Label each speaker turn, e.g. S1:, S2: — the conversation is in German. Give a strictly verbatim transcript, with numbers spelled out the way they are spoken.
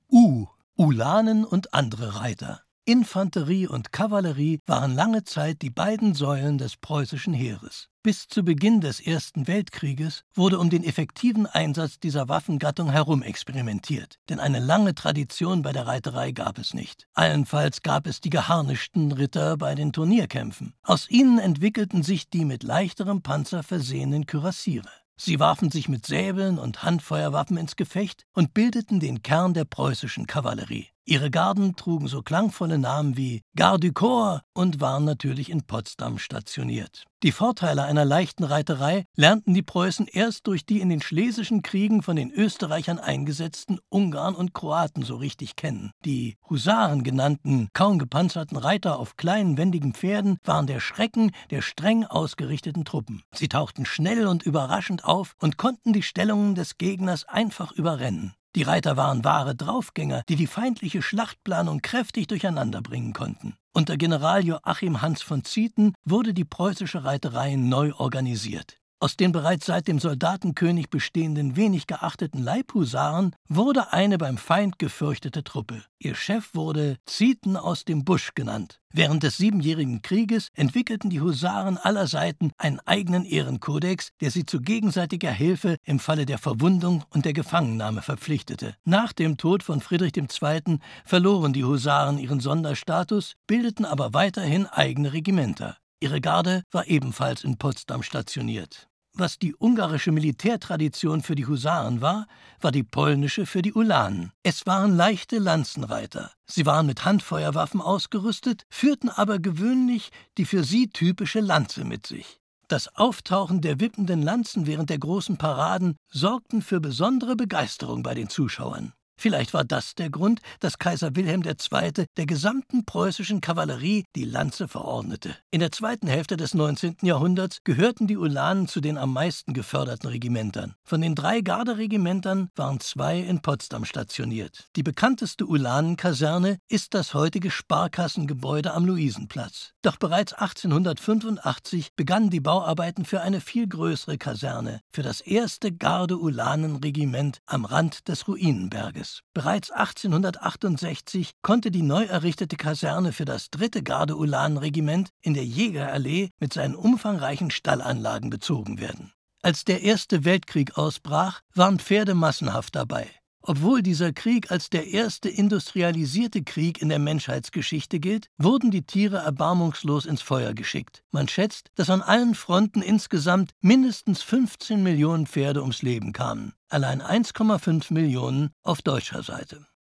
S1: U. Ulanen und andere Reiter. Infanterie und Kavallerie waren lange Zeit die beiden Säulen des preußischen Heeres. Bis zu Beginn des Ersten Weltkrieges wurde um den effektiven Einsatz dieser Waffengattung herum experimentiert, denn eine lange Tradition bei der Reiterei gab es nicht. Allenfalls gab es die geharnischten Ritter bei den Turnierkämpfen. Aus ihnen entwickelten sich die mit leichterem Panzer versehenen Kürassiere. Sie warfen sich mit Säbeln und Handfeuerwaffen ins Gefecht und bildeten den Kern der preußischen Kavallerie. Ihre Garden trugen so klangvolle Namen wie Garde du Corps und waren natürlich in Potsdam stationiert. Die Vorteile einer leichten Reiterei lernten die Preußen erst durch die in den Schlesischen Kriegen von den Österreichern eingesetzten Ungarn und Kroaten so richtig kennen. Die Husaren genannten, kaum gepanzerten Reiter auf kleinen, wendigen Pferden waren der Schrecken der streng ausgerichteten Truppen. Sie tauchten schnell und überraschend auf und konnten die Stellungen des Gegners einfach überrennen. Die Reiter waren wahre Draufgänger, die die feindliche Schlachtplanung kräftig durcheinander bringen konnten. Unter General Joachim Hans von Zieten wurde die preußische Reiterei neu organisiert. Aus den bereits seit dem Soldatenkönig bestehenden wenig geachteten Leibhusaren wurde eine beim Feind gefürchtete Truppe. Ihr Chef wurde Zieten aus dem Busch genannt. Während des Siebenjährigen Krieges entwickelten die Husaren aller Seiten einen eigenen Ehrenkodex, der sie zu gegenseitiger Hilfe im Falle der Verwundung und der Gefangennahme verpflichtete. Nach dem Tod von Friedrich der Zweite verloren die Husaren ihren Sonderstatus, bildeten aber weiterhin eigene Regimenter. Ihre Garde war ebenfalls in Potsdam stationiert. Was die ungarische Militärtradition für die Husaren war, war die polnische für die Ulanen. Es waren leichte Lanzenreiter. Sie waren mit Handfeuerwaffen ausgerüstet, führten aber gewöhnlich die für sie typische Lanze mit sich. Das Auftauchen der wippenden Lanzen während der großen Paraden sorgten für besondere Begeisterung bei den Zuschauern. Vielleicht war das der Grund, dass Kaiser Wilhelm der Zweite der gesamten preußischen Kavallerie die Lanze verordnete. In der zweiten Hälfte des neunzehnten Jahrhunderts gehörten die Ulanen zu den am meisten geförderten Regimentern. Von den drei Garderegimentern waren zwei in Potsdam stationiert. Die bekannteste Ulanenkaserne ist das heutige Sparkassengebäude am Luisenplatz. Doch bereits achtzehnhundertfünfundachtzig begannen die Bauarbeiten für eine viel größere Kaserne, für das erste Garde-Ulanen-Regiment am Rand des Ruinenberges. Bereits achtzehnhundertachtundsechzig konnte die neu errichtete Kaserne für das dritte Garde-Ulanen-Regiment in der Jägerallee mit seinen umfangreichen Stallanlagen bezogen werden. Als der Erste Weltkrieg ausbrach, waren Pferde massenhaft dabei. Obwohl dieser Krieg als der erste industrialisierte Krieg in der Menschheitsgeschichte gilt, wurden die Tiere erbarmungslos ins Feuer geschickt. Man schätzt, dass an allen Fronten insgesamt mindestens fünfzehn Millionen Pferde ums Leben kamen. Allein eins Komma fünf Millionen auf deutscher Seite.